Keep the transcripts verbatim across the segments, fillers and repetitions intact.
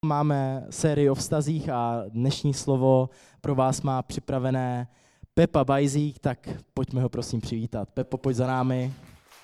Máme sérii o vztazích a dnešní slovo pro vás má připravené Pepa Bajzík, tak pojďme ho prosím přivítat. Pepo, pojď za námi.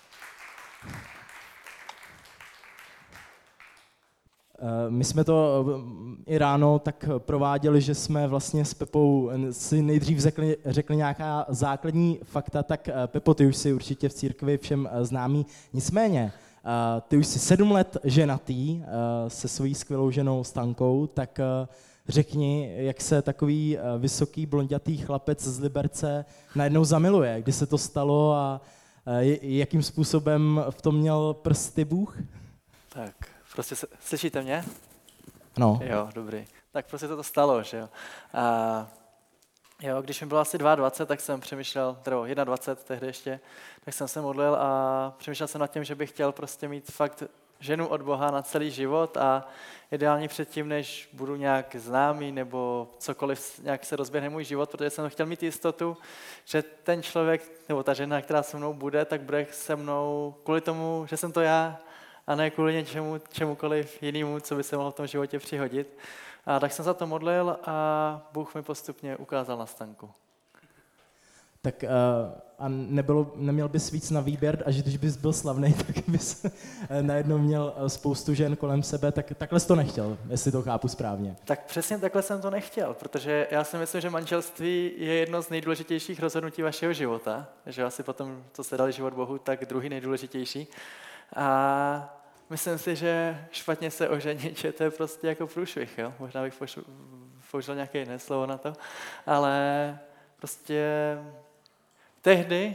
My jsme to i ráno tak prováděli, že jsme vlastně s Pepou si nejdřív řekli, řekli nějaká základní fakta, tak Pepo, ty už jsi určitě v církvi všem známý. Nicméně, ty už jsi sedm let ženatý se svojí skvělou ženou Stankou, tak řekni, jak se takový vysoký blondětý chlapec z Liberce najednou zamiluje, kdy se to stalo a jakým způsobem v tom měl prsty Bůh? Tak, prostě se, slyšíte mě? No. Jo, dobrý. Tak prostě to stalo, že jo. A jo, když mi bylo asi dvacet dva, tak jsem přemýšlel, teda dvacet jedna tehdy ještě, tak jsem se modlil a přemýšlel jsem nad tím, že bych chtěl prostě mít fakt ženu od Boha na celý život a ideálně předtím, než budu nějak známý nebo cokoliv, nějak se rozběhne můj život, protože jsem chtěl mít jistotu, že ten člověk nebo ta žena, která se mnou bude, tak bude se mnou kvůli tomu, že jsem to já a ne kvůli něčemu, čemukoliv jinému, co by se mohlo v tom životě přihodit. A tak jsem za to modlil a Bůh mi postupně ukázal na Stanku. Tak a nebylo, neměl bys víc na výběr, až když bys byl slavný, tak bys najednou měl spoustu žen kolem sebe, tak takhle jsi to nechtěl, jestli to chápu správně. Tak přesně takhle jsem to nechtěl, protože já si myslím, že manželství je jedno z nejdůležitějších rozhodnutí vašeho života, že asi potom, co jste dali život Bohu, tak druhý nejdůležitější. A myslím si, že špatně se oženit, že to je prostě jako průšvih, jo? Možná bych použil nějaké jiné slovo na to, ale prostě tehdy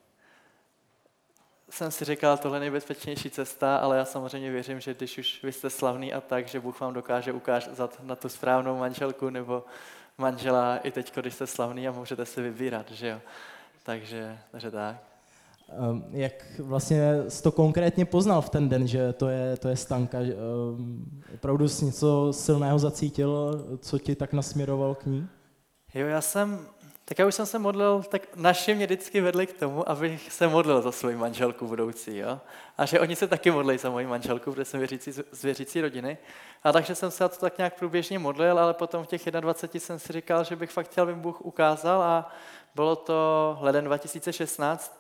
jsem si říkal, tohle je nejbezpečnější cesta, ale já samozřejmě věřím, že když už vy jste slavný a tak, že Bůh vám dokáže ukázat na tu správnou manželku nebo manžela i teď, když jste slavný a můžete si vybírat, že jo. Takže, takže tak. Um, jak vlastně jsi to konkrétně poznal v ten den, že to je, to je Stanka? Um, opravdu jsi něco silného zacítil, co ti tak nasměroval k ní? Jo, já jsem, tak já už jsem se modlil, tak naši mě vždycky vedli k tomu, abych se modlil za svou manželku budoucí, jo. A že oni se taky modlí za moji manželku, protože jsem věřící, z věřící rodiny. A takže jsem se to tak nějak průběžně modlil, ale potom v těch dvaceti jedna jsem si říkal, že bych fakt chtěl, aby Bůh ukázal a bylo to leden dva tisíce šestnáct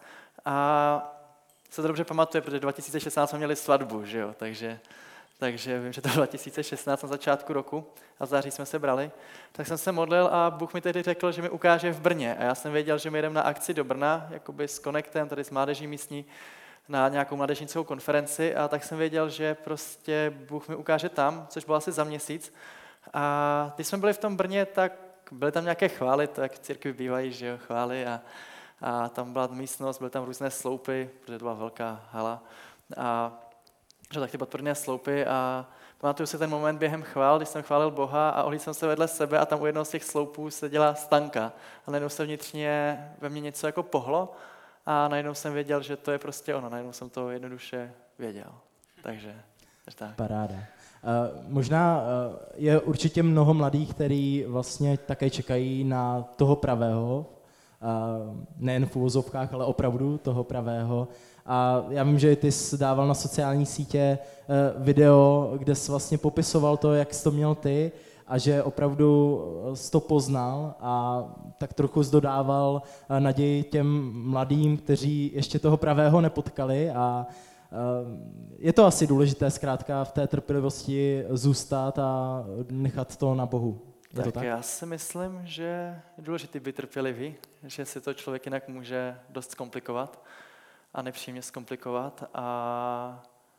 a se to dobře pamatuje, protože dva tisíce šestnáct jsme měli svatbu, že jo, takže Takže vím, že to bylo dva tisíce šestnáct na začátku roku a v září jsme se brali, tak jsem se modlil a Bůh mi tehdy řekl, že mi ukáže v Brně. A já jsem věděl, že my jdeme na akci do Brna, jakoby s Connectem, tady s mládeží místní, na nějakou mládežnickou konferenci a tak jsem věděl, že prostě Bůh mi ukáže tam, což bylo asi za měsíc. A když jsme byli v tom Brně, tak byly tam nějaké chvály, to jak v církvi bývají, že jo, chvály a, a tam byla místnost, byly tam různé sloupy, protože to byla velká hala. A že tak ty podporné sloupy a pamatuju si ten moment během chvál, když jsem chválil Boha a ohlídl jsem se vedle sebe a tam u jednoho z těch sloupů seděla Stanka. A najednou se vnitřně ve mně něco jako pohlo a najednou jsem věděl, že to je prostě ono. Najednou jsem to jednoduše věděl. Takže, takže tak. Paráda. Uh, možná uh, je určitě mnoho mladých, kteří vlastně také čekají na toho pravého, uh, nejen v uvozovkách, ale opravdu toho pravého. A já vím, že ty jsi dával na sociální sítě video, kde jsi vlastně popisoval to, jak jsi to měl ty a že opravdu jsi to poznal a tak trochu jsi dodával naději těm mladým, kteří ještě toho pravého nepotkali a je to asi důležité zkrátka v té trpělivosti zůstat a nechat to na Bohu. Je tak, to tak já si myslím, že je důležité být trpělivý, že si to člověk jinak může dost zkomplikovat a nepříjemně zkomplikovat, a,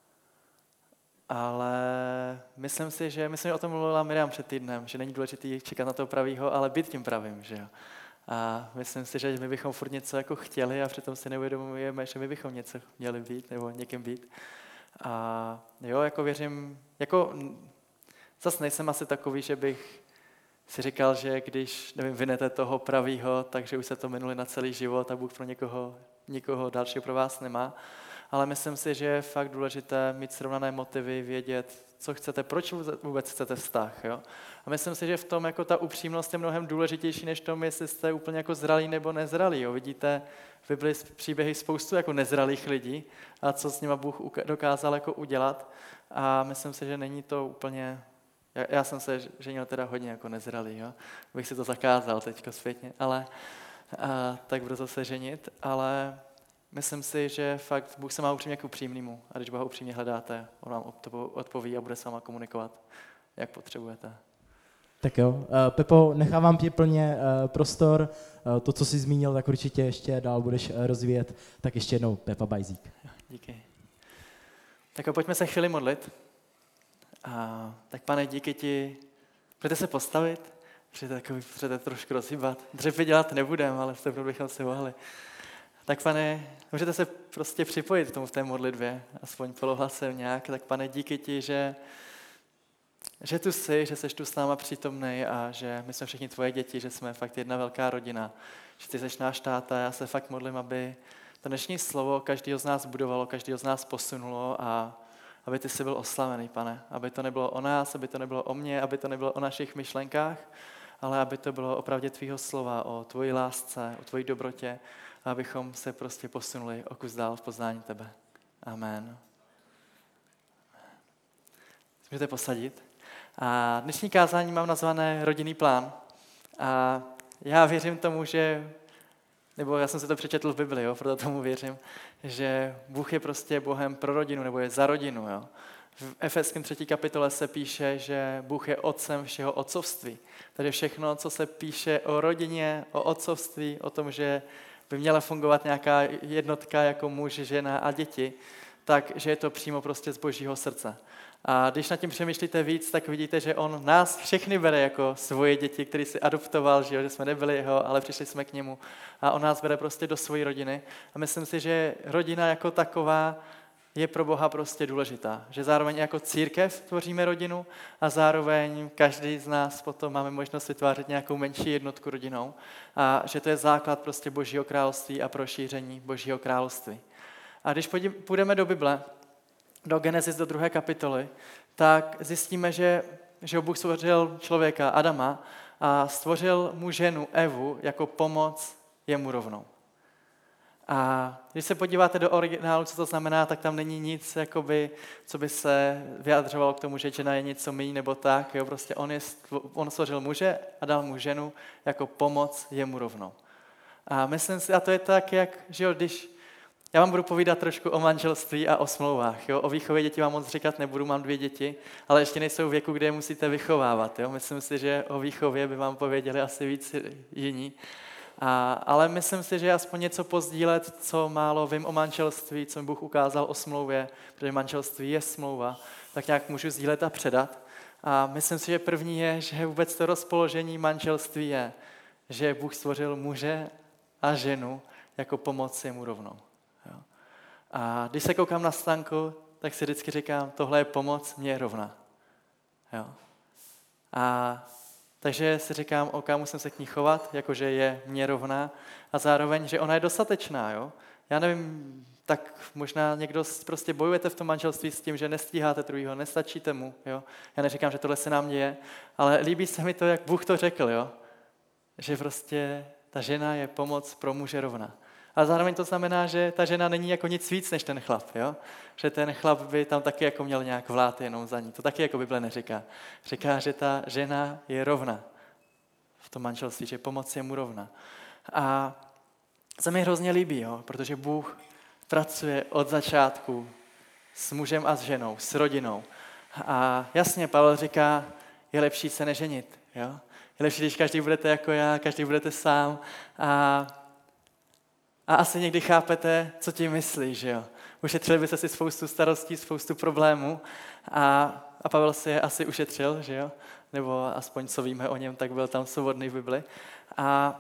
ale myslím si, že, myslím, že o tom mluvila Miriam před týdnem, že není důležité čekat na toho pravýho, ale být tím pravým, že jo. A myslím si, že my bychom furt něco jako chtěli a přitom si neuvědomujeme, že my bychom něco měli být nebo někým být. A jo, jako věřím, jako zase nejsem asi takový, že bych si říkal, že když, nevím, vynete toho pravýho, takže už se to minuli na celý život a Bůh pro někoho nikoho dalšího pro vás nemá, ale myslím si, že je fakt důležité mít srovnané motivy, vědět, co chcete, proč vůbec chcete vztah. Jo? A myslím si, že v tom jako ta upřímnost je mnohem důležitější, než tom, jestli jste úplně jako zralí nebo nezralí. Jo? Vidíte v Bibli příběhy spoustu jako nezralých lidí a co s nima Bůh dokázal jako udělat. A myslím si, že není to úplně Já, já jsem se ženil teda hodně jako nezralý, jo? Bych si to zakázal teďko zpětně, ale a, tak brzo se ženit, ale myslím si, že fakt Bůh se má upřímně k upřímnému a když Boha upřímně hledáte, on vám odpoví a bude s váma komunikovat, jak potřebujete. Tak jo, Pepo, nechávám ti plně prostor, to, co jsi zmínil, tak určitě ještě dál budeš rozvíjet, tak ještě jednou Pepa Bajzík. Díky. Tak pojďme se chvíli modlit. A, tak Pane, díky ti, můžete se postavit, můžete, takový, můžete trošku rozhýbat. Dřepy dělat nebudeme, ale stepnout bychom si mohli. Tak Pane, můžete se prostě připojit k tomu v té modlitbě, aspoň polohlasem nějak. Tak Pane, díky ti, že že tu jsi, že jsi tu s náma přítomnej a že my jsme všichni tvoje děti, že jsme fakt jedna velká rodina, že ty jsi náš táta. Já se fakt modlím, aby to dnešní slovo každého z nás budovalo, každého z nás posunulo a aby ty jsi byl oslavený, Pane. Aby to nebylo o nás, aby to nebylo o mně, aby to nebylo o našich myšlenkách, ale aby to bylo opravdu tvýho slova, o tvojí lásce, o tvojí dobrotě a abychom se prostě posunuli o kus dál v poznání tebe. Amen. Můžete posadit. A dnešní kázání mám nazvané rodinný plán. A já věřím tomu, že, nebo já jsem se to přečetl v Bibli, jo, proto tomu věřím, že Bůh je prostě Bohem pro rodinu, nebo je za rodinu. Jo. V Efeském třetí kapitole se píše, že Bůh je otcem všeho otcovství. Takže všechno, co se píše o rodině, o otcovství, o tom, že by měla fungovat nějaká jednotka jako muž, žena a děti, tak, že je to přímo prostě z Božího srdce. A když nad tím přemýšlíte víc, tak vidíte, že on nás všechny bere jako svoje děti, které si adoptoval, že, jo, že jsme nebyli jeho, ale přišli jsme k němu. A on nás bere prostě do své rodiny. A myslím si, že rodina jako taková je pro Boha prostě důležitá. Že zároveň jako církev tvoříme rodinu a zároveň každý z nás potom máme možnost vytvářet nějakou menší jednotku rodinou. A že to je základ prostě Božího království a pro šíření Božího království. A když půjdeme do Bible, do Genesis, do druhé kapitoly, tak zjistíme, že, že Bůh stvořil člověka, Adama, a stvořil mu ženu, Evu, jako pomoc jemu rovnou. A když se podíváte do originálu, co to znamená, tak tam není nic, jakoby, co by se vyjadřovalo k tomu, že žena je něco míň nebo tak. Jo? Prostě on, je, on stvořil muže a dal mu ženu jako pomoc jemu rovnou. A myslím si, a to je tak, jak, že jo, když já vám budu povídat trošku o manželství a o smlouvách. Jo? O výchově dětí vám moc říkat nebudu, mám dvě děti, ale ještě nejsou v věku, kde je musíte vychovávat. Jo? Myslím si, že o výchově by vám pověděli asi víc jiní. A, ale myslím si, že aspoň něco pozdílet, co málo vím o manželství, co mi Bůh ukázal o smlouvě, protože manželství je smlouva, tak nějak můžu sdílet a předat. A myslím si, že první je, že vůbec to rozpoložení manželství je, že Bůh stvořil muže a ženu jako pomoc jemu rovnou. Jo. A když se koukám na Stanku, tak si vždycky říkám, tohle je pomoc, mě je rovna. Jo. A takže si říkám, OK, musím se k ní chovat, jakože je mě rovná a zároveň, že ona je dostatečná. Jo. Já nevím, tak možná někdo prostě bojujete v tom manželství s tím, že nestíháte druhýho, nestačíte mu. Jo. Já neříkám, že tohle se nám děje, ale líbí se mi to, jak Bůh to řekl, jo. Že prostě ta žena je pomoc pro muže rovna. Ale zároveň to znamená, že ta žena není jako nic víc než ten chlap, jo? Že ten chlap by tam taky jako měl nějak vlát jenom za ní. To taky jako Bible neříká. Říká, že ta žena je rovna v tom manželství, že pomoc je mu rovna. A se mi hrozně líbí, jo? Protože Bůh pracuje od začátku s mužem a s ženou, s rodinou. A jasně, Pavel říká, je lepší se neženit, jo? Je lepší, když každý budete jako já, každý budete sám a A asi někdy chápete, co tím myslí, že jo. Ušetřili byste si spoustu starostí, spoustu problémů a, a Pavel si je asi ušetřil, že jo. Nebo aspoň co víme o něm, tak byl tam svobodný v Bibli. A,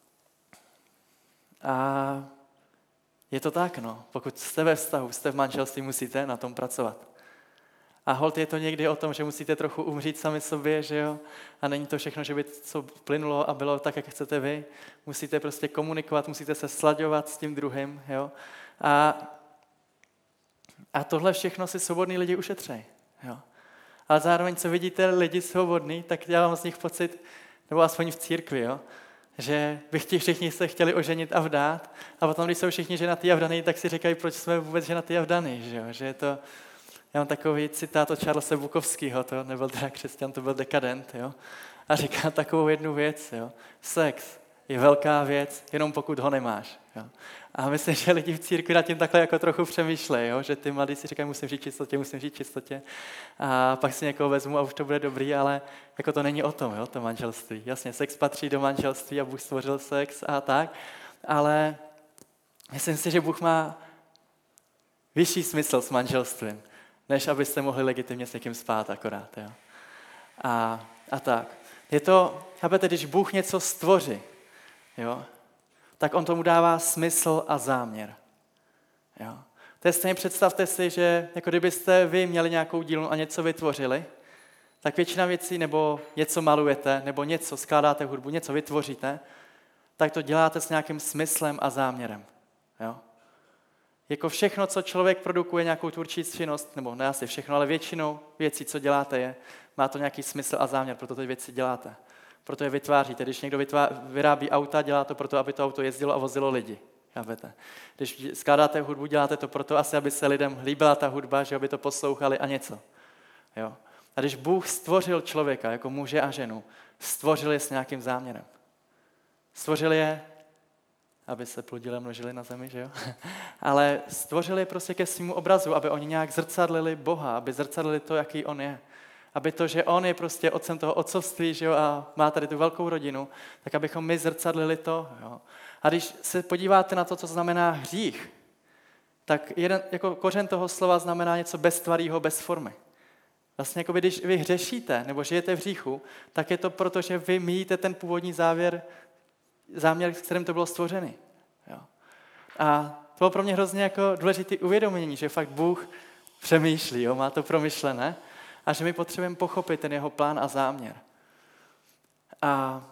a je to tak, no. Pokud jste ve vztahu, jste v manželství, musíte na tom pracovat. A holt je to někdy o tom, že musíte trochu umřít sami sobě, že jo? A není to všechno, že by to plynulo a bylo tak, jak chcete vy. Musíte prostě komunikovat, musíte se slaďovat s tím druhým, jo? A, a tohle všechno si svobodní lidi ušetřejí, jo? Ale zároveň, co vidíte lidi svobodní, tak já mám z nich pocit, nebo aspoň v církvi, jo? Že by ti všichni se chtěli oženit a vdát. A potom, když jsou všichni ženatý a vdaný, tak si říkají, proč jsme vůbec ženatý a vdaný, že jo? Že je to Já mám takový citát od Charlesa Bukowského, to nebyl teda křesťan, to byl dekadent, jo. A říká takovou jednu věc, jo. Sex je velká věc, jenom pokud ho nemáš. Jo. A myslím, že lidi v církvi nad tím takhle jako trochu přemýšlejí, jo? Že ty mladí si říkají, musím žít čistotě, musím žít čistotě. A pak si někoho vezmu a už to bude dobrý, ale jako to není o tom, jo, to manželství. Jasně, sex patří do manželství a Bůh stvořil sex a tak, ale myslím si, že Bůh má vyšší smysl s manželstvím, než abyste mohli legitimně s někým spát akorát. Jo? A, a tak. Je to, chápete, když Bůh něco stvoří, jo, tak on tomu dává smysl a záměr. Jo. To je stejně, představte si, že jako kdybyste vy měli nějakou dílnu a něco vytvořili, tak většina věcí, nebo něco malujete, nebo něco skládáte hudbu, něco vytvoříte, tak to děláte s nějakým smyslem a záměrem. Jo. Jako všechno, co člověk produkuje, nějakou tvůrčí činnost, nebo ne asi všechno, ale většinou věcí, co děláte, je, má to nějaký smysl a záměr, proto ty věci děláte. Proto je vytváříte. Když někdo vytvá, vyrábí auta, dělá to proto, aby to auto jezdilo a vozilo lidi. Chápete? Když skládáte hudbu, děláte to proto asi, aby se lidem líbila ta hudba, že aby to poslouchali a něco. Jo? A když Bůh stvořil člověka jako muže a ženu, stvořil je s nějakým záměrem. Stvořil je, aby se plodili a množili na zemi, že jo? Ale stvořil je prostě ke svému obrazu, aby oni nějak zrcadlili Boha, aby zrcadlili to, jaký on je. Aby to, že on je prostě otcem toho otcovství, že jo, a má tady tu velkou rodinu, tak abychom my zrcadlili to. Jo. A když se podíváte na to, co znamená hřích, tak jeden, jako kořen toho slova znamená něco beztvarýho, bez formy. Vlastně jako když vy hřešíte nebo žijete v hříchu, tak je to proto, že vy míjíte ten původní závěr, záměr, s kterým to bylo stvořený. Jo. A to bylo pro mě hrozně jako důležité uvědomění, že fakt Bůh přemýšlí, jo, má to promyšlené, a že my potřebujeme pochopit ten jeho plán a záměr. A,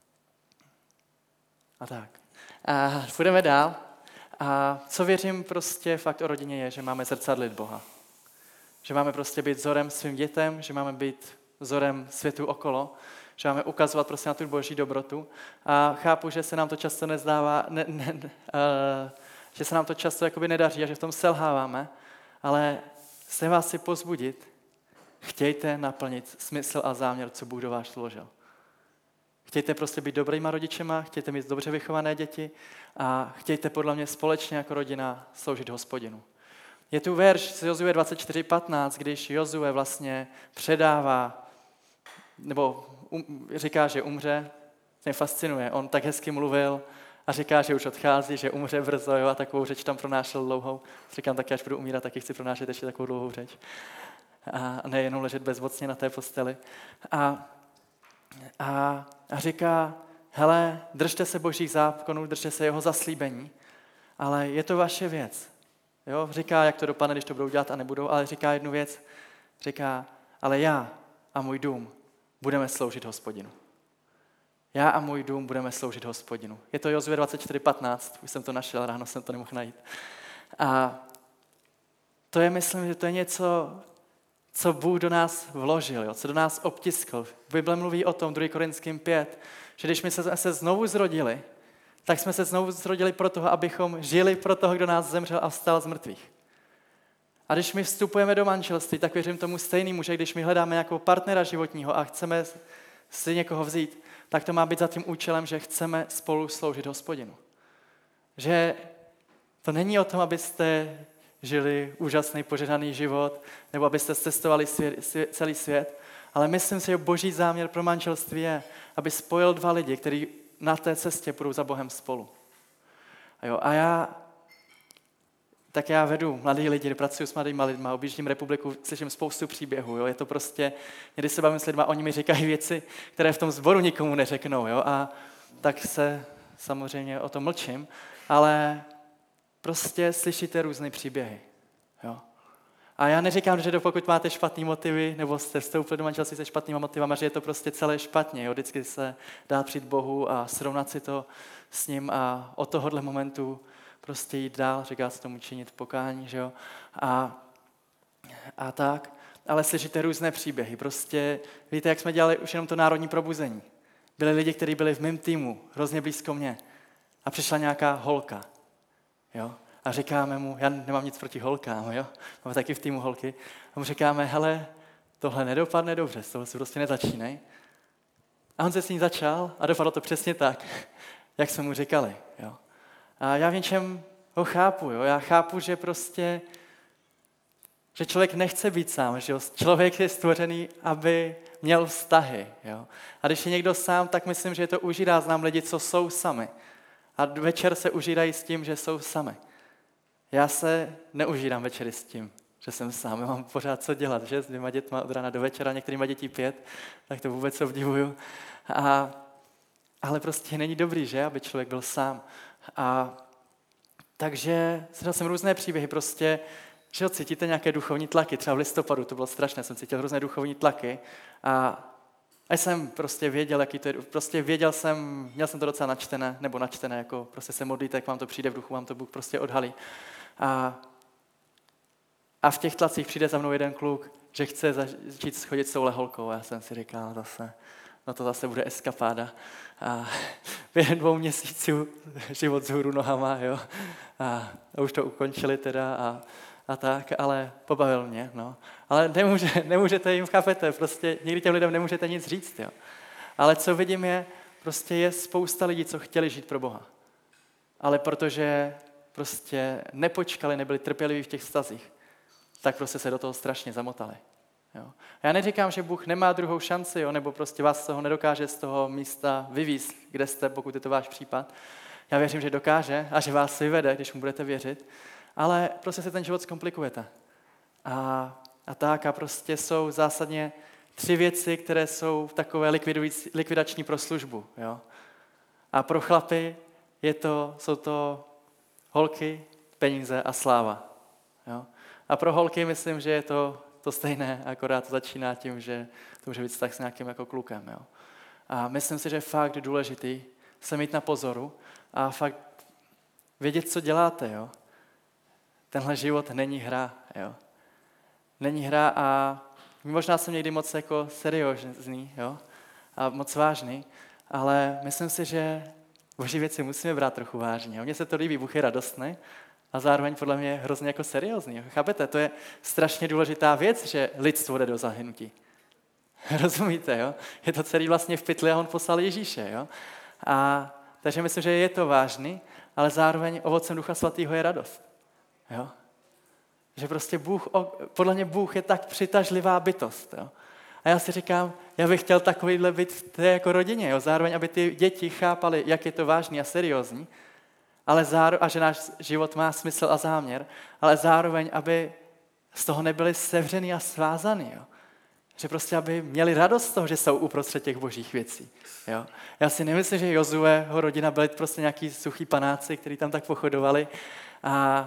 a tak. A půjdeme dál. A co věřím prostě fakt o rodině je, že máme zrcadlit Boha. Že máme prostě být vzorem svým dětem, že máme být vzorem světu okolo, že máme ukazovat prostě na tu boží dobrotu. A chápu, že se nám to často nezdává, ne, ne, ne, uh, že se nám to často jakoby nedaří a že v tom selháváme, ale chci vás si pozbudit, chtějte naplnit smysl a záměr, co Bůh do vás vložil. Chtějte prostě být dobrýma rodičema, chtějte mít dobře vychované děti a chtějte podle mě společně jako rodina sloužit Hospodinu. Je tu verš z Jozue dvacet čtyři patnáct, když Jozue vlastně předává, nebo um, říká, že umře, mě fascinuje. On tak hezky mluvil a říká, že už odchází, že umře brzo, jo, a takovou řeč tam pronášel dlouhou. Říkám, tak až budu umírat, taky chci pronášet ještě takovou dlouhou řeč. A nejenom ležet bezmocně na té posteli. A, a, a říká, hele, držte se božích zákonů, držte se jeho zaslíbení, ale je to vaše věc. Jo? Říká, jak to dopadne, když to budou dělat a nebudou, ale říká jednu věc, říká, ale já a můj dům budeme sloužit Hospodinu. Já a můj dům budeme sloužit Hospodinu. Je to Jozue dvacet čtyři patnáct, už jsem to našel, ráno jsem to nemohl najít. A to je, myslím, že to je něco, co Bůh do nás vložil, jo? Co do nás obtiskl. Bible mluví o tom, druhý Korinským pět, že když my jsme se znovu zrodili, tak jsme se znovu zrodili pro toho, abychom žili pro toho, kdo nás zemřel a vstal z mrtvých. A když my vstupujeme do manželství, tak věřím tomu stejnému, že když my hledáme nějakého partnera životního a chceme si někoho vzít, tak to má být za tím účelem, že chceme spolu sloužit Hospodinu. Že to není o tom, abyste žili úžasný, požehnaný život, nebo abyste cestovali svět, svět, celý svět, ale myslím si, že boží záměr pro manželství je, aby spojil dva lidi, kteří na té cestě půjdou za Bohem spolu. A, jo, a já, tak já vedu mladý lidi, pracuji s mladými lidmi, objíždím republiku, slyším spoustu příběhů. Jo, je to prostě, když se bavím s lidmi, oni mi říkají věci, které v tom sboru nikomu neřeknou. Jo, a tak se samozřejmě o tom mlčím, ale prostě slyšíte různé příběhy. Jo. A já neříkám, že pokud máte špatný motivy, nebo jste vstoupili do manželství se špatnýma motivama, že je to prostě celé špatně. Jo. Vždycky se dát přijít Bohu a srovnat si to s ním a od tohohle momentu prostě jít dál, říká se tomu činit pokání, že jo. A, a tak. Ale slyšíte různé příběhy. Prostě víte, jak jsme dělali už jenom to národní probuzení. Byli lidi, kteří byli v mém týmu, hrozně blízko mě. A přišla nějaká holka. Jo? A říkáme mu, já nemám nic proti holkám, jo? Máme taky v týmu holky. A mu říkáme, hele, tohle nedopadne dobře, z toho si prostě nezačínej. A on se s ní začal a dopadlo to přesně tak, jak jsme mu říkali. Jo? A já v něčem ho chápu. Jo? Já chápu, že prostě, že člověk nechce být sám. Že jo? Člověk je stvořený, aby měl vztahy. Jo? A když je někdo sám, tak myslím, že je to užírá. Znám lidi, co jsou sami. A večer se užírají s tím, že jsou sami. Já se neužírám večery s tím, že jsem sám. Já mám pořád co dělat, že? S dvěma dětma od rána do večera, některý má dětí pět, tak to vůbec obdivuju. A, ale prostě není dobrý, že? Aby člověk byl sám. A takže slyšel jsem různé příběhy, prostě, že cítíte nějaké duchovní tlaky, třeba v listopadu, to bylo strašné, jsem cítil různé duchovní tlaky a a jsem prostě věděl, jaký to je, prostě věděl jsem, měl jsem to docela načtené, nebo načtené, jako prostě se modlíte, jak vám to přijde v duchu, vám to Bůh prostě odhalí. A, a v těch tlacích přijde za mnou jeden kluk, že chce začít schodit s touhle holkou. A já jsem si říkal zase, no to zase bude eskapáda. A během dvou měsíců život vzhůru nohama, jo. A, a už to ukončili teda a, a tak, ale pobavil mě, no. Ale nemůže, nemůžete jim, chápete, prostě někdy těm lidem nemůžete nic říct, jo. Ale co vidím je, prostě je spousta lidí, co chtěli žít pro Boha. Ale protože prostě nepočkali, nebyli trpěliví v těch vztazích, tak prostě se do toho strašně zamotali. Jo. Já neříkám, že Bůh nemá druhou šanci, jo, nebo prostě vás z toho nedokáže z toho místa vyvízt, kde jste, pokud je to váš případ. Já věřím, že dokáže a že vás vyvede, když mu budete věřit, ale prostě se ten život zkomplikujete. A, a tak a prostě jsou zásadně tři věci, které jsou takové likvidační pro službu. Jo. A pro chlapy je to, jsou to holky, peníze a sláva. Jo. A pro holky myslím, že je to to stejné, akorát to začíná tím, že to může být vztah s nějakým jako klukem. Jo. A myslím si, že je fakt důležitý se mít na pozoru a fakt vědět, co děláte. Jo. Tenhle život není hra. Jo. Není hra a možná jsem někdy moc jako seriózní, jo, a moc vážný, ale myslím si, že boží věci musíme brát trochu vážně. Mně se to líbí, Bůh je radostný a zároveň podle mě je hrozně jako seriózní. Jo. Chápete, to je strašně důležitá věc, že lidstvo jde do zahynutí. Rozumíte, jo? Je to celý vlastně v pytli a on poslal Ježíše, jo? A takže myslím, že je to vážný, ale zároveň ovocem Ducha Svatého je radost. Jo? Že prostě Bůh, podle mě Bůh je tak přitažlivá bytost. Jo? A já si říkám, já bych chtěl takovýhle být v té jako rodině, jo? Zároveň, aby ty děti chápali, jak je to vážný a seriózní, ale zároveň, a že náš život má smysl a záměr, ale zároveň, aby z toho nebyli sevřený a svázaný. Jo? Že prostě, aby měli radost z toho, že jsou uprostřed těch božích věcí. Jo? Já si nemyslím, že Jozueho rodina byli prostě nějaký suchý panáci, kteří tam tak pochodovali a,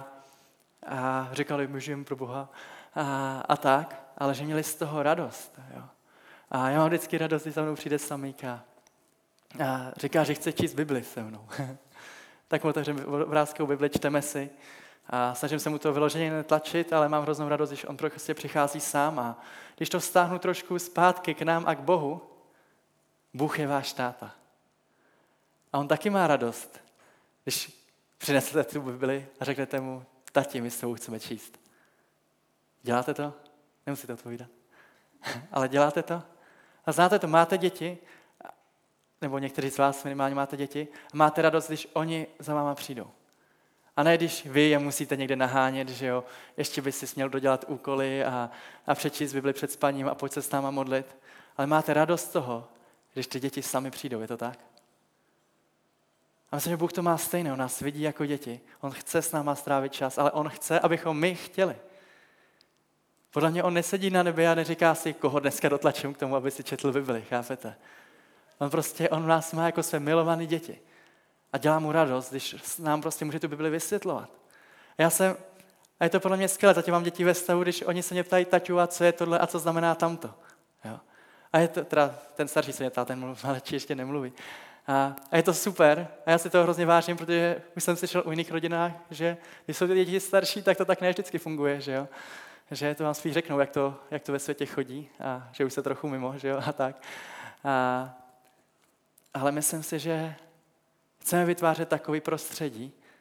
a říkali, my žijeme pro Boha a, a tak, ale že měli z toho radost. Jo? A já mám vždycky radost, když za mnou přijde Samíka a říká, že chce číst Bibli se mnou. Tak mu otevřeme obrázkovou Bibli, čteme si a snažím se mu to vyloženě netlačit, ale mám hroznou radost, když on prostě přichází sám a když to vztáhnu trošku zpátky k nám a k Bohu, Bůh je váš táta. A on taky má radost, když přinesete tu Bibli a řeknete mu, tati, my s tebou chceme číst. Děláte to? Nemusíte odpovídat. Ale děláte to? A znáte to, máte děti, nebo někteří z vás minimálně máte děti, a máte radost, když oni za váma přijdou. A ne, když vy je musíte někde nahánět, že jo, ještě by si směl dodělat úkoly a, a přečíst Bibli před spaním a pojď se s náma modlit. Ale máte radost z toho, když ty děti sami přijdou, je to tak? A myslím, že Bůh to má stejné, on nás vidí jako děti. On chce s náma strávit čas, ale on chce, abychom my chtěli. Podle mě on nesedí na nebi a neříká si, koho dneska dotlačím k tomu, aby si četl Bibli, chápete? On prostě, on nás má jako své milované děti. A dělá mu radost, když nám prostě může tu Bibli vysvětlovat. A já jsem, a je to podle mě skvělé, zatím mám děti ve stavu, když oni se mě ptají, taťu, a co je tohle a co znamená tamto. Jo. A je to, teda ten starší se mě ptá, ten mladší ještě nemluví. A, a je to super a já si to hrozně vážím, protože už jsem slyšel u jiných rodinách, že když jsou ty děti starší, tak to tak ne vždycky funguje, že jo. Že to vám spíš řeknou, jak to, jak to ve světě chodí a že už se trochu mimo, že jo, a tak. A, ale myslím si, že chceme vytvářet takový prostředí,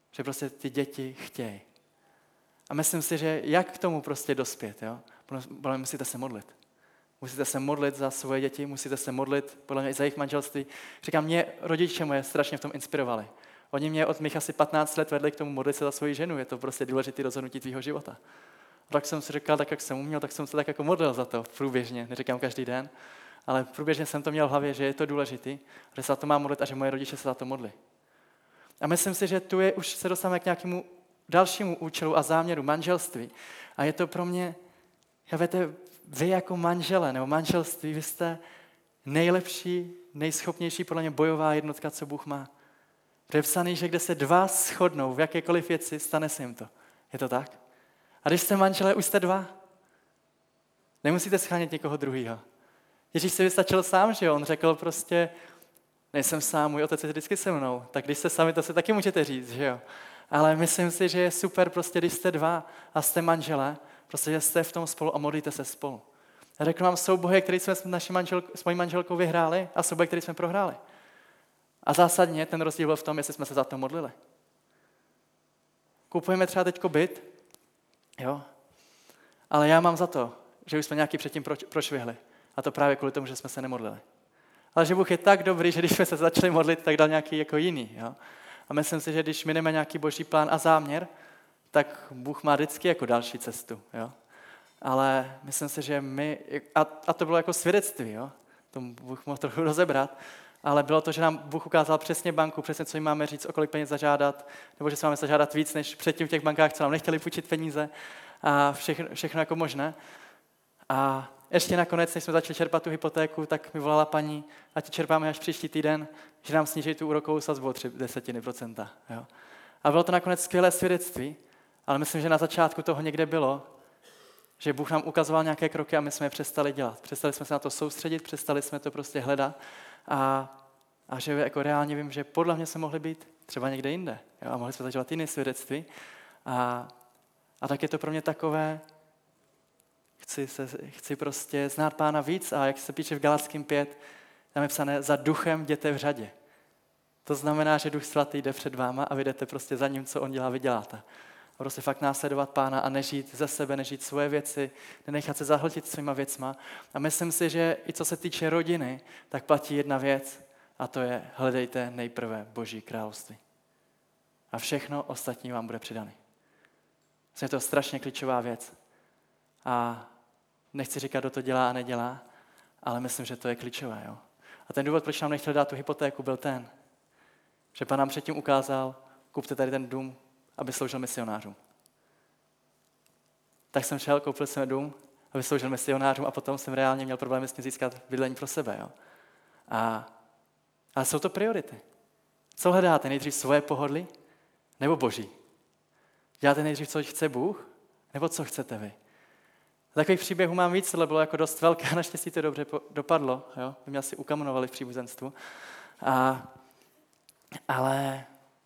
že prostě ty děti chtějí. A myslím si, že jak k tomu prostě dospět, jo? Podle mě musíte se modlit. Musíte se modlit za svoje děti, musíte se modlit podle mě i za jejich manželství. Říkám, mě rodiče moje strašně v tom inspirovali. Oni mě od mých asi patnáct let vedli k tomu modlit se za svoji ženu. Je to prostě důležité rozhodnutí tvýho života. A tak jsem si říkal, tak jak jsem uměl, tak jsem se tak jako modlil za to průběžně. Neříkám každý den, ale průběžně jsem to měl v hlavě, že je to důležitý, že se za to mám modlit a že moje rodiče se za to modlí. A myslím si, že tu je, už se dostáváme k nějakému dalšímu účelu a záměru manželství. A je to pro mě, já víte, vy jako manžele nebo manželství, vy jste nejlepší, nejschopnější podle mě bojová jednotka, co Bůh má. Je psaný, že kde se dva shodnou v jakékoliv věci, stane se jim to. Je to tak? A když jste manželé, už jste dva. Nemusíte schánět někoho druhýho. Ježíš si vystačil sám, že jo? On řekl prostě, nejsem sám, můj otec je vždycky se mnou. Tak když jste sami, to si taky můžete říct, že jo? Ale myslím si, že je super prostě, když jste dva a jste manželé, prostě že jste v tom spolu a modlíte se spolu. Já řeknu vám souboje, který jsme s, naší manžel, s mojí manželkou vyhráli a souboje, který jsme prohráli. A zásadně ten rozdíl byl v tom, jestli jsme se za to modlili. Kupujeme třeba teďko byt, jo? Ale já mám za to, že už jsme nějaký předtím proč, prošvihli. A to právě kvůli tomu, že jsme se nemodlili. Ale že Bůh je tak dobrý, že když jsme se začali modlit, tak dal nějaký jako jiný. Jo? A myslím si, že když mineme nějaký boží plán a záměr, tak Bůh má vždycky jako další cestu. Jo? Ale myslím si, že my, a, a to bylo jako svědectví, jo? To Bůh mohl trochu rozebrat, ale bylo to, že nám Bůh ukázal přesně banku, přesně co jim máme říct, o kolik peněz zažádat, nebo že si máme zažádat víc, než předtím v těch bankách, co nám nechtěli půjčit peníze a všechno, všechno jako možné. A ještě nakonec, než jsme začali čerpat tu hypotéku, tak mi volala paní, ať čerpáme až příští týden, že nám sníží tu úrokovou sazbu o tři desetiny procenta. Jo? A bylo to nakonec skvělé svědectví, ale myslím, že na začátku toho někde bylo, že Bůh nám ukazoval nějaké kroky a my jsme je přestali dělat. Přestali jsme se na to soustředit, přestali jsme to prostě hledat a, a že jako reálně vím, že podle mě se mohli být třeba někde jinde. Jo? A mohli jsme zažívat jiné svědectví. A, a tak je to pro mě takové, Chci, se, chci prostě znát Pána víc a jak se píše v Galackým pět, tam je psané, za duchem jděte v řadě. To znamená, že Duch Svatý jde před váma a vy jdete prostě za ním, co on dělá, vy děláte. A prostě fakt následovat Pána a nežít ze sebe, nežít svoje věci, nenechat se zahltit svýma věcma. A myslím si, že i co se týče rodiny, tak platí jedna věc a to je hledejte nejprve Boží království. A všechno ostatní vám bude přidané. Je to strašně klíčová věc. A nechci říkat, kdo to dělá a nedělá, ale myslím, že to je klíčové. Jo? A ten důvod, proč nám nechtěl dát tu hypotéku, byl ten, že Pán nám předtím ukázal, kupte tady ten dům, aby sloužil misionářům. Tak jsem šel, koupil jsem dům, aby sloužil misionářům a potom jsem reálně měl problémy s tím získat bydlení pro sebe. Jo? A, ale jsou to priority. Co hledáte? Nejdřív svoje pohodlí nebo Boží? Děláte nejdřív, co chce Bůh, nebo co chcete vy? Takových příběhů mám víc, ale bylo jako dost velké, naštěstí to dobře dopadlo, jo? By mě asi ukamenovali v příbuzenstvu. A, ale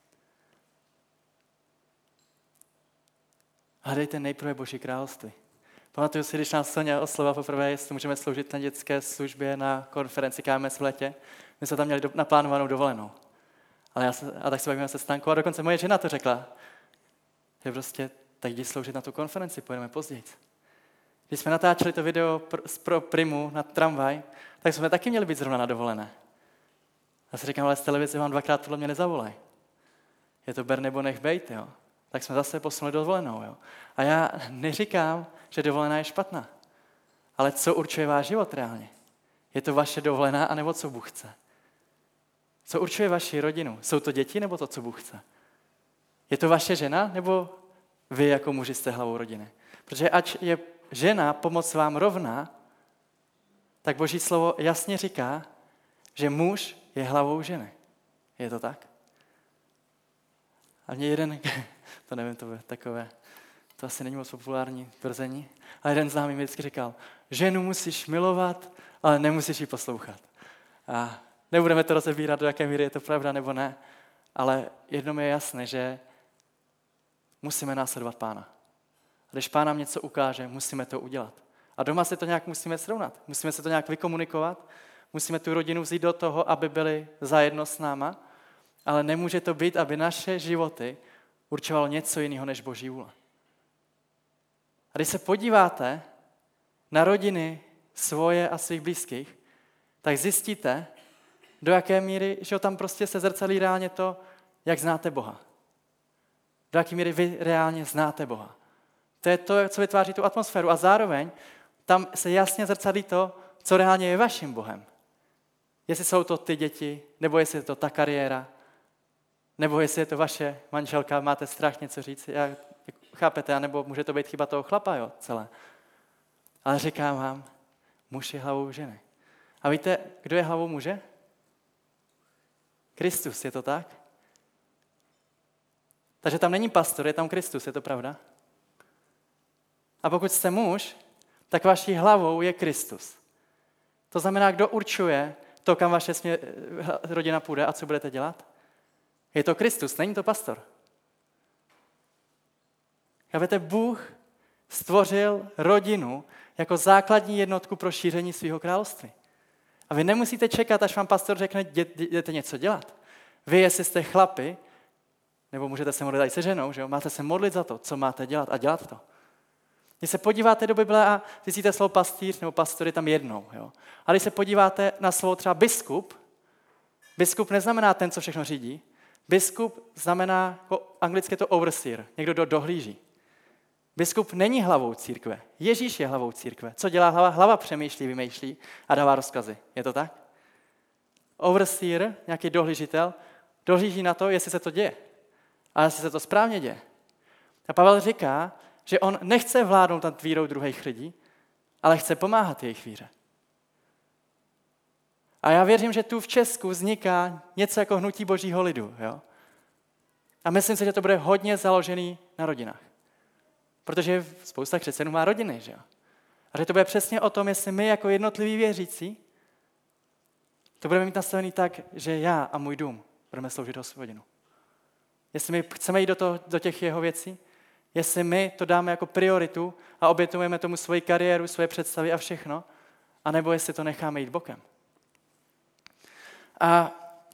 hledejte nejprve Boží království. Pamatuju si, když nás Sonia oslovila poprvé, jestli můžeme sloužit na dětské službě na konferenci K M S v létě, my jsme tam měli do, naplánovanou dovolenou. Ale já se, a tak se bavíme se Stankou a dokonce moje žena to řekla, že prostě tak jdi sloužit na tu konferenci, pojedeme později. Když jsme natáčeli to video pro Primu na tramvaj, tak jsme taky měli být zrovna na dovolené. Já si říkám, ale z televize vám dvakrát podle mě nezavolaj. Je to ber nebo nech bejt, jo. Tak jsme zase posunuli dovolenou, jo. A já neříkám, že dovolená je špatná. Ale co určuje váš život reálně? Je to vaše dovolená, anebo co Bůh chce? Co určuje vaši rodinu? Jsou to děti, nebo to, co Bůh chce? Je to vaše žena, nebo vy jako muži jste hlavou rodiny? Protože ať je žena pomoc vám rovná, tak Boží slovo jasně říká, že muž je hlavou ženy. Je to tak? A mě jeden, to nevím, to bude takové, to asi není moc populární tvrzení, ale jeden známý mi vždycky říkal, ženu musíš milovat, ale nemusíš ji poslouchat. A nebudeme to rozebírat, do jaké míry je to pravda nebo ne, ale jedno mi je jasné, že musíme následovat Pána. Když Pán nám něco ukáže, musíme to udělat. A doma si to nějak musíme srovnat. Musíme se to nějak vykomunikovat. Musíme tu rodinu vzít do toho, aby byli zajedno s náma. Ale nemůže to být, aby naše životy určovalo něco jiného než Boží vůle. A když se podíváte na rodiny svoje a svých blízkých, tak zjistíte, do jaké míry, že tam prostě se zrcadlí reálně to, jak znáte Boha. Do jaké míry vy reálně znáte Boha. To je to, co vytváří tu atmosféru. A zároveň tam se jasně zrcadlí to, co reálně je vaším Bohem. Jestli jsou to ty děti, nebo jestli je to ta kariéra, nebo jestli je to vaše manželka, máte strach něco říct, já, chápete, nebo může to být chyba toho chlapa, jo, celé. Ale říkám vám, muž je hlavou ženy. A víte, kdo je hlavou muže? Kristus, je to tak? Takže tam není pastor, je tam Kristus, je to pravda? A pokud jste muž, tak vaší hlavou je Kristus. To znamená, kdo určuje to, kam vaše smě- rodina půjde a co budete dělat? Je to Kristus, není to pastor. Chápete, Bůh stvořil rodinu jako základní jednotku pro šíření svého království. A vy nemusíte čekat, až vám pastor řekne, jdete něco dělat. Vy, jestli jste chlapi, nebo můžete se modlit i se ženou, že jo? Máte se modlit za to, co máte dělat a dělat to. Když se podíváte do Bible a zjistíte slovo pastýř nebo pastor, je tam jednou. Jo? A když se podíváte na slovo třeba biskup, biskup neznamená ten, co všechno řídí. Biskup znamená, jako anglicky je to overseer, někdo, kdo dohlíží. Biskup není hlavou církve. Ježíš je hlavou církve. Co dělá hlava? Hlava přemýšlí, vymýšlí a dává rozkazy. Je to tak? Overseer, nějaký dohlížitel, dohlíží na to, jestli se to děje. A jestli se to správně děje. A Pavel říká, že on nechce vládnout nad vírou druhých lidí, ale chce pomáhat jejich víře. A já věřím, že tu v Česku vzniká něco jako hnutí božího lidu. Jo? A myslím si, že to bude hodně založený na rodinách. Protože spousta křesťanů má rodiny. Že jo? A že to bude přesně o tom, jestli my jako jednotliví věřící to budeme mít nastavený tak, že já a můj dům budeme sloužit Hospodinu. Jestli my chceme jít do, toho, do těch jeho věcí, jestli my to dáme jako prioritu a obětujeme tomu svoji kariéru, svoje představy a všechno, anebo jestli to necháme jít bokem. A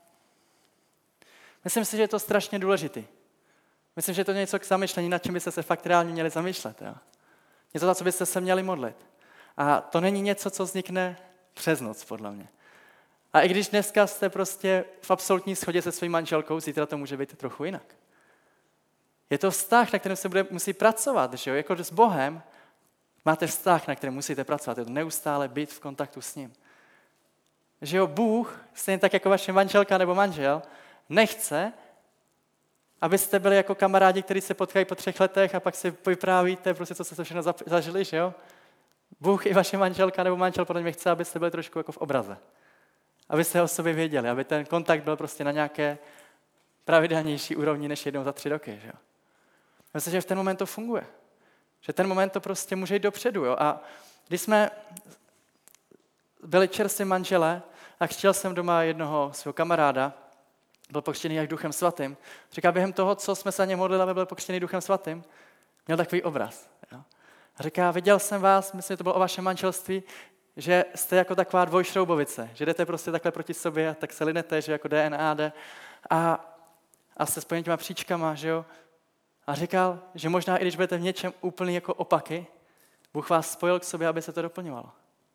myslím si, že je to strašně důležitý. Myslím, že je to něco k zamyšlení, nad čím byste se fakt reálně měli zamýšlet. Jo? Něco, za co byste se měli modlit. A to není něco, co vznikne přes noc, podle mě. A i když dneska jste prostě v absolutní shodě se svým manželkou, zítra to může být trochu jinak. Je to vztah, na kterém se bude, musí pracovat, že jo? Jako s Bohem máte vztah, na kterém musíte pracovat. Je to neustále být v kontaktu s ním. Že jo, Bůh, stejně tak jako vaše manželka nebo manžel, nechce, abyste byli jako kamarádi, kteří se potkají po třech letech a pak si vyprávíte, prostě, co jste všechno zažili, že jo? Bůh i vaše manželka nebo manžel podle mě chce, abyste byli trošku jako v obraze. Abyste o sobě věděli, aby ten kontakt byl prostě na nějaké pravidelnější úrovni než jednou za tři roky. Že jo? Myslím, že v ten moment to funguje. Že ten moment to prostě může jít dopředu. Jo? A když jsme byli čerství manželé a chtěl jsem doma jednoho svého kamaráda, byl pokřtěný jak Duchem Svatým. Říká, během toho, co jsme se na ně modlili, aby byl pokřtěný Duchem Svatým, měl takový obraz. Jo? A říká, viděl jsem vás, myslím, že to bylo o vašem manželství, že jste jako taková dvojšroubovice, že jdete prostě takhle proti sobě a tak se linete, že jako D N A jde a, a jste spojeni těma příčkama, že jo. A říkal, že možná i když budete v něčem úplně jako opaky, Bůh vás spojil k sobě, aby se to doplňovalo.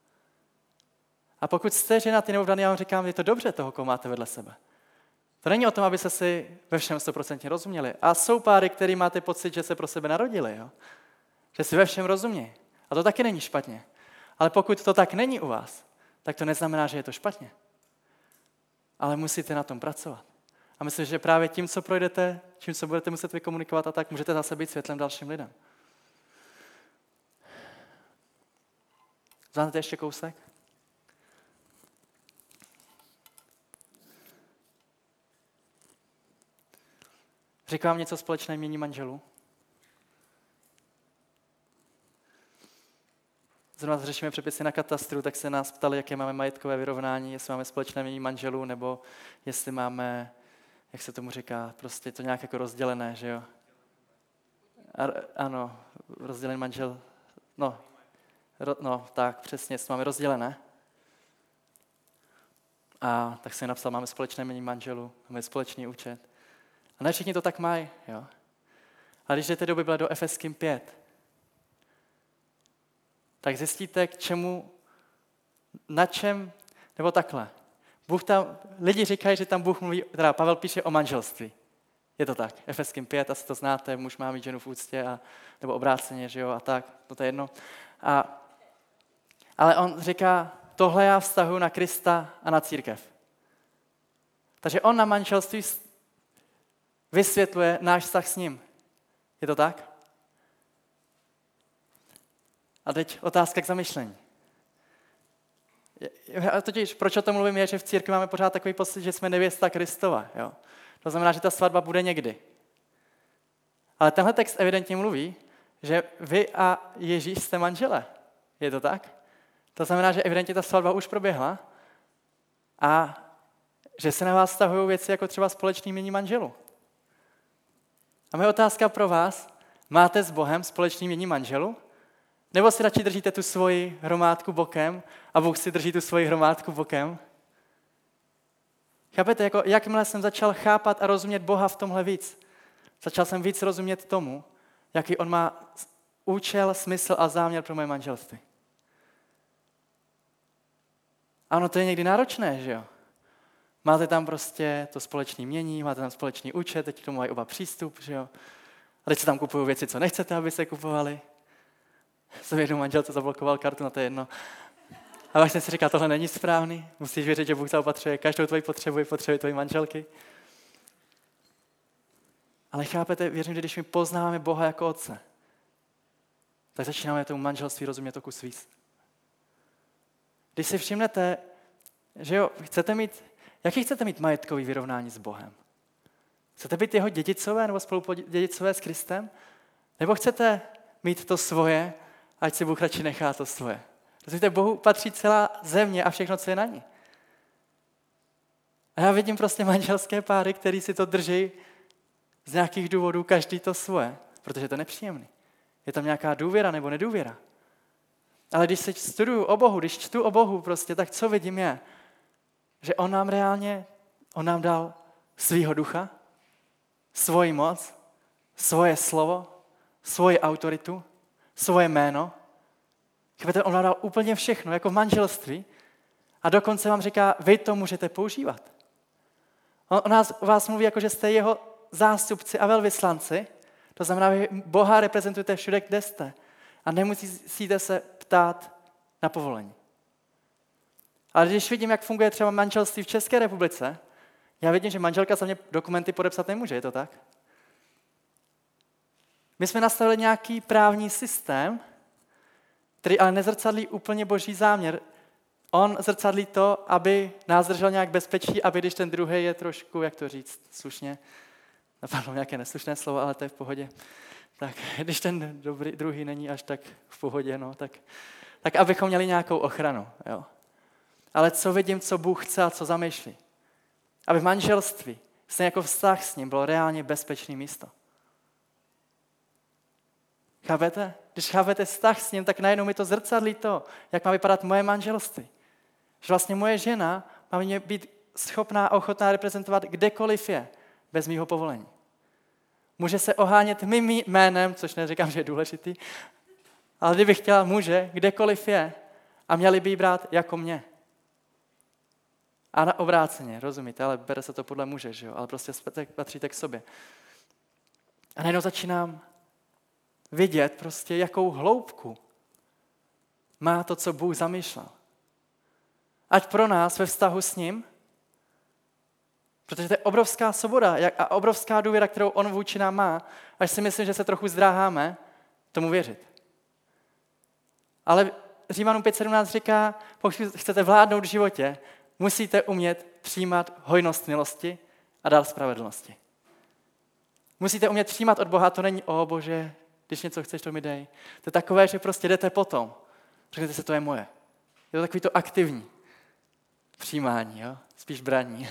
A pokud jste ženatý nebo vdaný, já vám říkám, je to dobře toho, koho máte vedle sebe. To není o tom, aby se si ve všem stoprocentně rozuměli. A jsou páry, který máte pocit, že se pro sebe narodili, jo? Že si ve všem rozumí. A to taky není špatně. Ale pokud to tak není u vás, tak to neznamená, že je to špatně. Ale musíte na tom pracovat. A myslím, že právě tím, co projdete, tím, co budete muset vykomunikovat a tak, můžete zase být světlem dalším lidem. Zvládnete ještě kousek? Říkám vám něco společné jmění manželů? Zrovna řešíme přepisy na katastru, tak se nás ptali, jaké máme majetkové vyrovnání, jestli máme společné jmění manželů, nebo jestli máme, jak se tomu říká, prostě to nějak jako rozdělené, že jo? A, ano, rozdělený manžel, no, ro, no, tak přesně, máme rozdělené. A tak jsem napsal, máme společné jmění manželů, máme společný účet. A ne všichni to tak mají, jo? Ale když jdete do Bible do Efeským pět, tak zjistíte, k čemu, na čem, nebo takhle. Bůh tam, lidi říkají, že tam Bůh mluví, teda Pavel píše o manželství. Je to tak, Efeským pět, asi to znáte, muž má mít ženu v úctě, a, nebo obráceně, že jo, a tak, to je jedno. A, ale on říká, tohle já vztahuji na Krista a na církev. Takže on na manželství vysvětluje náš vztah s ním. Je to tak? A teď otázka k zamyšlení. A totiž, proč o tom mluvím, je, že v církvi máme pořád takový pocit, že jsme nevěsta Kristova. Jo? To znamená, že ta svatba bude někdy. Ale tenhle text evidentně mluví, že vy a Ježíš jste manželé. Je to tak? To znamená, že evidentně ta svatba už proběhla a že se na vás vztahují věci jako třeba společný jmění manželů. A moje otázka pro vás, máte s Bohem společný jmění manželů? Nebo si radši držíte tu svoji hromádku bokem a Bůh si drží tu svoji hromádku bokem? Chápete, jako jakmile jsem začal chápat a rozumět Boha v tomhle víc, začal jsem víc rozumět tomu, jaký on má účel, smysl a záměr pro moje manželství. Ano, to je někdy náročné, že jo? Máte tam prostě to společné jmění, máte tam společný účet, teď k tomu mají oba přístup, že jo? A teď se tam kupují věci, co nechcete, aby se kupovali. Jsem jednou manželce zablokoval kartu, na to jedno. A vlastně si říká, tohle není správný, musíš věřit, že Bůh zaopatřuje každou tvoji potřebu i potřebu tvojí manželky. Ale chápete, věřím, že když my poznáme Boha jako Otce, tak začínáme tomu manželství rozumět o kus víc. Když si všimnete, že jo, chcete mít, jaký chcete mít majetkový vyrovnání s Bohem? Chcete být jeho dědicové nebo spoludědicové s Kristem? Nebo chcete mít to svoje, ať si Bůh radši nechá to svoje? Rozumíte, Bohu patří celá země a všechno, co je na ní. A já vidím prostě manželské páry, který si to drží z nějakých důvodů, každý to svoje, protože to je nepříjemný. Je tam nějaká důvěra nebo nedůvěra. Ale když se studuju o Bohu, když čtu o Bohu prostě, tak co vidím je, že on nám reálně, on nám dal svýho ducha, svoji moc, svoje slovo, svoji autoritu, svoje jméno. Chápete, on vám dal úplně všechno, jako v manželství. A dokonce vám říká, vy to můžete používat. On o nás, o vás mluví jako, že jste jeho zástupci a velvyslanci. To znamená, vy Boha reprezentujete všude, kde jste. A nemusíte se ptát na povolení. Ale když vidím, jak funguje třeba manželství v České republice, já vidím, že manželka za mě dokumenty podepsat nemůže, je to tak? My jsme nastavili nějaký právní systém, který ale nezrcadlí úplně boží záměr. On zrcadlí to, aby nás držel nějak bezpečí, aby když ten druhý je trošku, jak to říct, slušně, napadlo nějaké neslušné slovo, ale to je v pohodě. Tak když ten dobrý, druhý není až tak v pohodě, no, tak, tak abychom měli nějakou ochranu. Jo. Ale co vidím, co Bůh chce a co zamýšlí? Aby manželství, stejně jako vztah s ním, bylo reálně bezpečné místo. Chápete? Když chápete vztah s ním, tak najednou mi to zrcadlí to, jak má vypadat moje manželství. Že vlastně moje žena má mě být schopná a ochotná reprezentovat kdekoliv je, bez mýho povolení. Může se ohánět mým jménem, což neříkám, že je důležitý, ale kdybych chtěla muže, kdekoliv je, a měli by ji brát jako mě. A na obráceně, rozumíte, ale bere se to podle muže, že jo? Ale prostě patříte k sobě. A najednou začínám vidět prostě, jakou hloubku má to, co Bůh zamýšlel. Ať pro nás ve vztahu s ním, protože to je obrovská svoboda a obrovská důvěra, kterou on vůči nám má, až si myslím, že se trochu zdráháme tomu věřit. Ale Římanům pět sedmnáct říká, pokud chcete vládnout v životě, musíte umět přijímat hojnost milosti a dál spravedlnosti. Musíte umět přijímat od Boha, to není, o Bože, když něco chceš, to mi dej. To je takové, že prostě jdete potom. Řeknete si, to je moje. Je to takový to aktivní přijímání, jo? Spíš braní.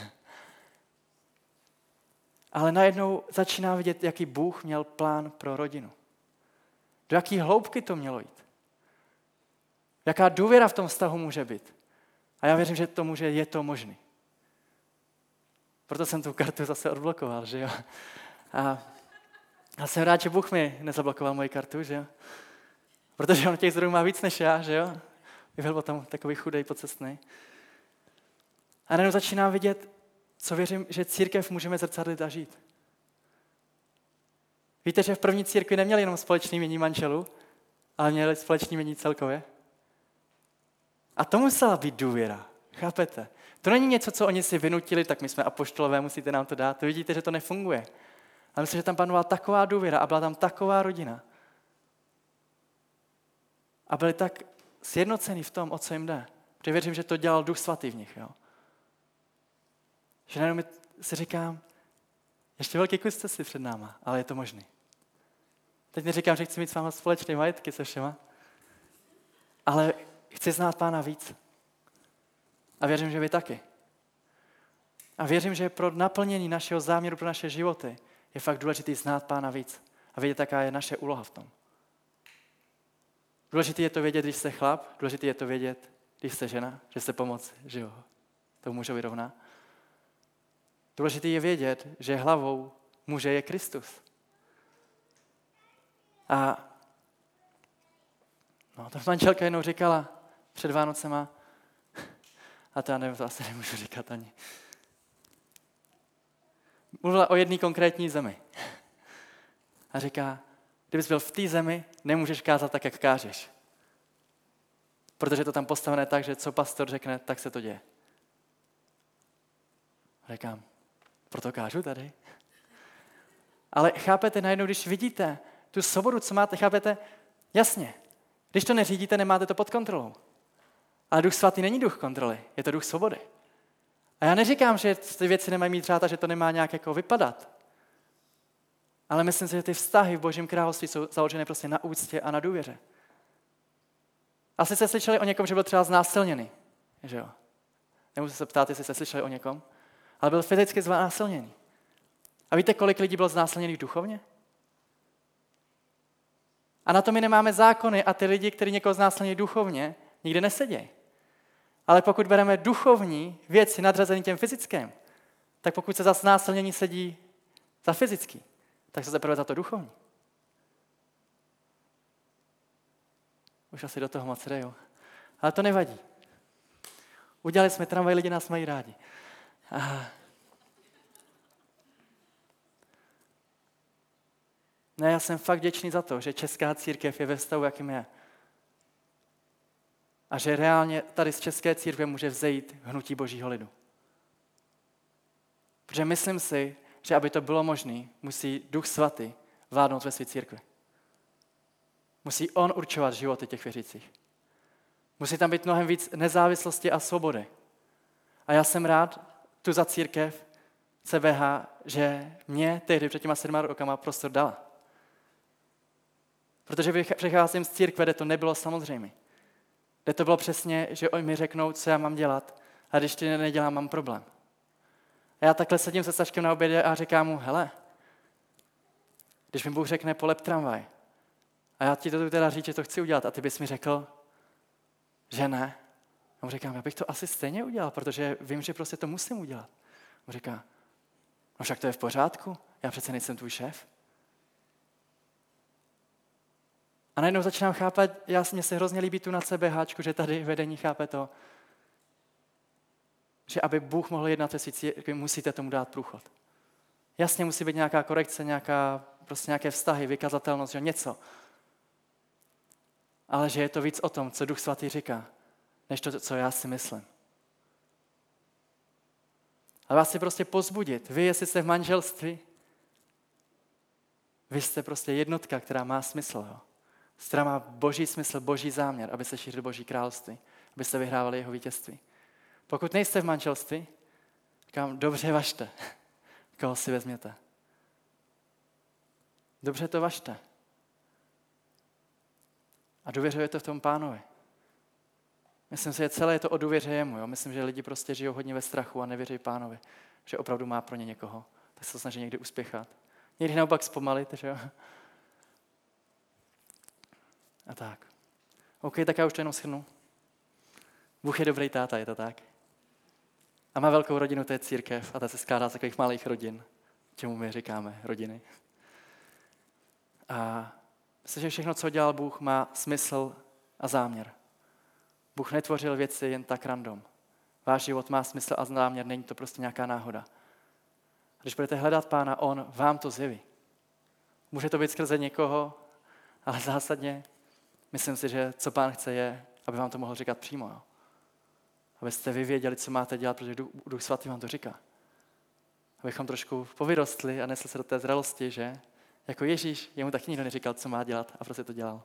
Ale najednou začíná vidět, jaký Bůh měl plán pro rodinu. Do jaký hloubky to mělo jít. Jaká důvěra v tom vztahu může být. A já věřím, že to může, je to možný. Proto jsem tu kartu zase odblokoval, že jo. A Já jsem rád, že Bůh mi nezablokoval moji kartu, že jo? Protože on těch zdrojů má víc než já, že jo? Byl tam takový chudej, pocestný. A najednou začínám vidět, co věřím, že církev můžeme zrcadlit a žít. Víte, že v první církvi neměli jenom společný jmění manželů, ale měli společný jmění celkově? A to musela být důvěra. Chápete? To není něco, co oni si vynutili, tak my jsme apoštolové, musíte nám to dát. To vidíte, že to nefunguje. Ale myslím, že tam panovala taková důvěra a byla tam taková rodina. A byli tak sjednocení v tom, o co jim jde. Protože věřím, že to dělal Duch Svatý v nich. Jo? Že najednou si říkám, ještě velký kus cesty před náma, ale je to možný. Teď neříkám, že chci mít s váma společné majetky se všema, ale chci znát Pána víc. A věřím, že vy taky. A věřím, že pro naplnění našeho záměru pro naše životy je fakt důležité znát Pána víc a vědět, jaká je naše úloha v tom. Důležité je to vědět, když jste chlap, důležité je to vědět, když jste žena, že jste pomoc, že jo, tomu mužovi rovná. Důležité je vědět, že hlavou muže je Kristus. A no, ta manželka jednou říkala před Vánocema, a to já nevím, to asi nemůžu říkat ani. Mluvila o jedné konkrétní zemi. A říká, kdybys byl v té zemi, nemůžeš kázat tak, jak kážeš. Protože to tam postavené tak, že co pastor řekne, tak se to děje. A říkám, proto kážu tady. Ale chápete, najednou, když vidíte tu svobodu, co máte, chápete, jasně, když to neřídíte, nemáte to pod kontrolou. Ale Duch Svatý není duch kontroly, je to duch svobody. A já neříkám, že ty věci nemají mít řád a že to nemá nějak jako vypadat. Ale myslím si, že ty vztahy v Božím království jsou založené prostě na úctě a na důvěře. Asi jste slyšeli o někom, že byl třeba znásilněný. Že jo? Nemusím se ptát, jestli jste slyšeli o někom. Ale byl fyzicky znásilněný. A víte, kolik lidí bylo znásilněných duchovně? A na to my nemáme zákony a ty lidi, kteří někoho znásilní duchovně, nikde nesedějí. Ale pokud bereme duchovní věci nadřazený těm fyzickým, tak pokud se za znásilnění sedí za fyzický, tak se zaprvé za to duchovní. Už asi do toho moc reju. Ale to nevadí. Udělali jsme tramvaj, lidi nás mají rádi. Aha. Ne, já jsem fakt vděčný za to, že česká církev je ve stavu, jakým je. A že reálně tady z české církve může vzejít hnutí Božího lidu. Protože myslím si, že aby to bylo možné, musí Duch Svatý vládnout ve své církvi. Musí on určovat životy těch věřících. Musí tam být mnohem víc nezávislosti a svobody. A já jsem rád tu za církev C B H, že mě tehdy před těma sedma rokama prostor dala. Protože přecházím z církve, kde to nebylo samozřejmé. Kde to bylo přesně, že oni mi řeknou, co já mám dělat, a když to nedělám, mám problém. A já takhle sedím se Saškem na obědě a říkám mu, hele, když mi Bůh řekne polep tramvaj, a já ti to teda říct, že to chci udělat, a ty bys mi řekl, že ne. A mu říkám, já bych to asi stejně udělal, protože vím, že prostě to musím udělat. A mu říká, no však to je v pořádku, já přece nejsem tvůj šéf. A najednou začínám chápat, já, mně se hrozně líbí tu na CBHčku, že tady vedení chápe to, že aby Bůh mohl jednat ve své církvi, musíte tomu dát průchod. Jasně musí být nějaká korekce, nějaká, prostě nějaké vztahy, vykazatelnost, že něco. Ale že je to víc o tom, co Duch Svatý říká, než to, co já si myslím. A vás chci prostě pozbudit. Vy, jestli jste v manželství, vy jste prostě jednotka, která má smysl. Jo? Která má boží smysl, boží záměr, aby se šířil Boží království, aby se vyhrávali jeho vítězství. Pokud nejste v manželství, říkám, dobře važte, koho si vezměte. Dobře to važte. A důvěřujete v tom Pánovi. Myslím si, že celé je to o důvěře jemu. Jo? Myslím, že lidi prostě žijou hodně ve strachu a nevěří Pánovi, že opravdu má pro ně někoho. Tak se to snaží někdy uspěchat. Někdy naopak zpomalit, že jo? A tak. OK, tak já už to jenom shrnu. Bůh je dobrý táta, je to tak? A má velkou rodinu, to je církev, a ta se skládá z takových malých rodin, čemu my říkáme rodiny. A myslím, že všechno, co dělal Bůh, má smysl a záměr. Bůh netvořil věci jen tak random. Váš život má smysl a záměr, není to prostě nějaká náhoda. Když budete hledat Pána, on vám to zjeví. Může to být skrze někoho, ale zásadně myslím si, že co Pán chce je, aby vám to mohl říkat přímo. Jo? Abyste vy věděli, co máte dělat, protože Duch Svatý vám to říká. Abychom trošku povyrostli a nesli se do té zralosti, že jako Ježíš, jemu taky nikdo neříkal, co má dělat a prostě to dělal.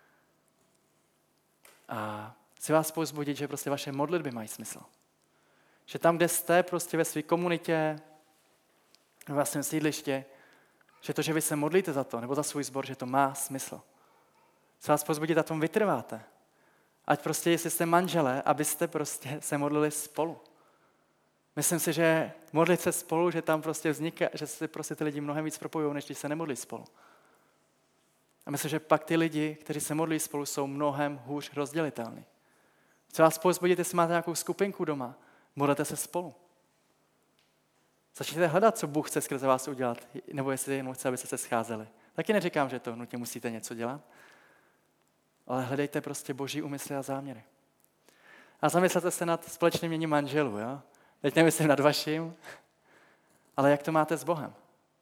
A chci vás povzbudit, že prostě vaše modlitby mají smysl. Že tam, kde jste prostě ve své komunitě, ve vlastním sídliště, že to, že vy se modlíte za to, nebo za svůj sbor, že to má smysl. Chci vás povzbudit a tom vytrváte. Ať prostě, jestli jste manželé, abyste prostě se modlili spolu. Myslím si, že modlit se spolu, že tam prostě vzniká, že se prostě ty lidi mnohem víc propojují, než když se nemodlí spolu. A myslím, že pak ty lidi, kteří se modlí spolu, jsou mnohem hůř rozdělitelní. Chci vás povzbudit, jestli máte nějakou skupinku doma, modlete se spolu. Začněte hledat, co Bůh chce skrze vás udělat, nebo jestli jenom chce, abyste se scházeli. Taky neříkám, že to nutně musíte něco dělat, ale hledejte prostě Boží úmysly a záměry. A zamyslete se nad společným měním manželů. Jo? Teď nemyslím nad vaším, ale jak to máte s Bohem.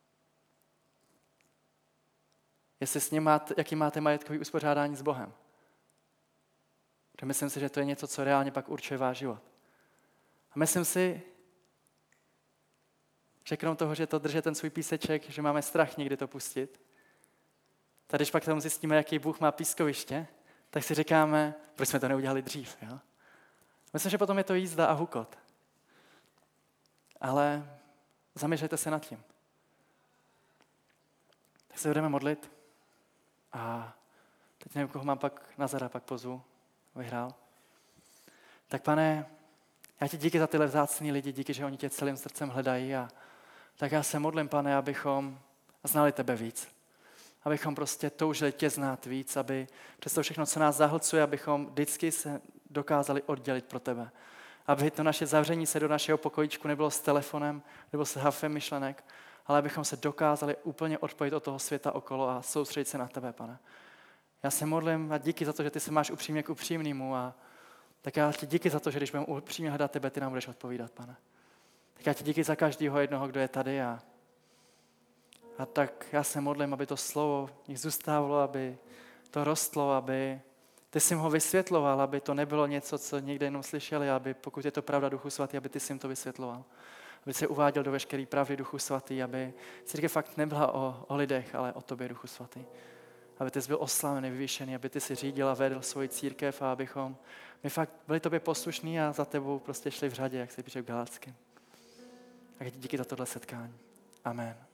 Jestli s ním máte, jaký máte majetkový uspořádání s Bohem. Protože myslím si, že to je něco, co reálně pak určuje váš život. A myslím si, že krom toho, že to drží ten svůj píseček, že máme strach někdy to pustit, tak když pak tam zjistíme, jaký Bůh má pískoviště, tak si říkáme, proč jsme to neudělali dřív. Jo? Myslím, že potom je to jízda a hukot. Ale zamýšlejte se nad tím. Tak se budeme modlit. A teď nevím, koho mám pak Nazara, pak pozvu, vyhrál. Tak Pane, já ti díky za tyhle vzácný lidi, díky, že oni tě celým srdcem hledají. A tak já se modlím, Pane, abychom znali tebe víc. Abychom prostě toužili tě znát víc, aby přes to všechno, co nás zahlcuje, abychom vždycky se dokázali oddělit pro tebe. Aby to naše zavření se do našeho pokojíčku nebylo s telefonem nebo s hafem myšlenek, ale abychom se dokázali úplně odpojit od toho světa okolo a soustředit se na tebe, Pane. Já se modlím a díky za to, že ty se máš upřímně k upřímnému a tak já ti díky za to, že když budeme upřímně hledat tebe, ty nám budeš odpovídat, Pane. Tak já ti díky za každého jednoho, kdo je tady a, a tak já se modlím, aby to slovo nich zůstávalo, aby to rostlo, aby ty jsi jim ho vysvětloval, aby to nebylo něco, co někde jenom slyšeli, aby pokud je to pravda Duchu Svatý, aby ty jsi jim to vysvětloval. Aby se uváděl do veškeré pravdy Duchu Svatý, aby církev fakt nebyla o, o lidech, ale o tobě, Duchu Svatý. Aby ty jsi byl oslavený, vyvýšený, aby ty jsi řídil a vedl svoji církev a abychom my fakt byli tobě poslušní a za tebou prostě šli v řadě, jak se píše v Galackém. Tak díky za tohle setkání. Amen.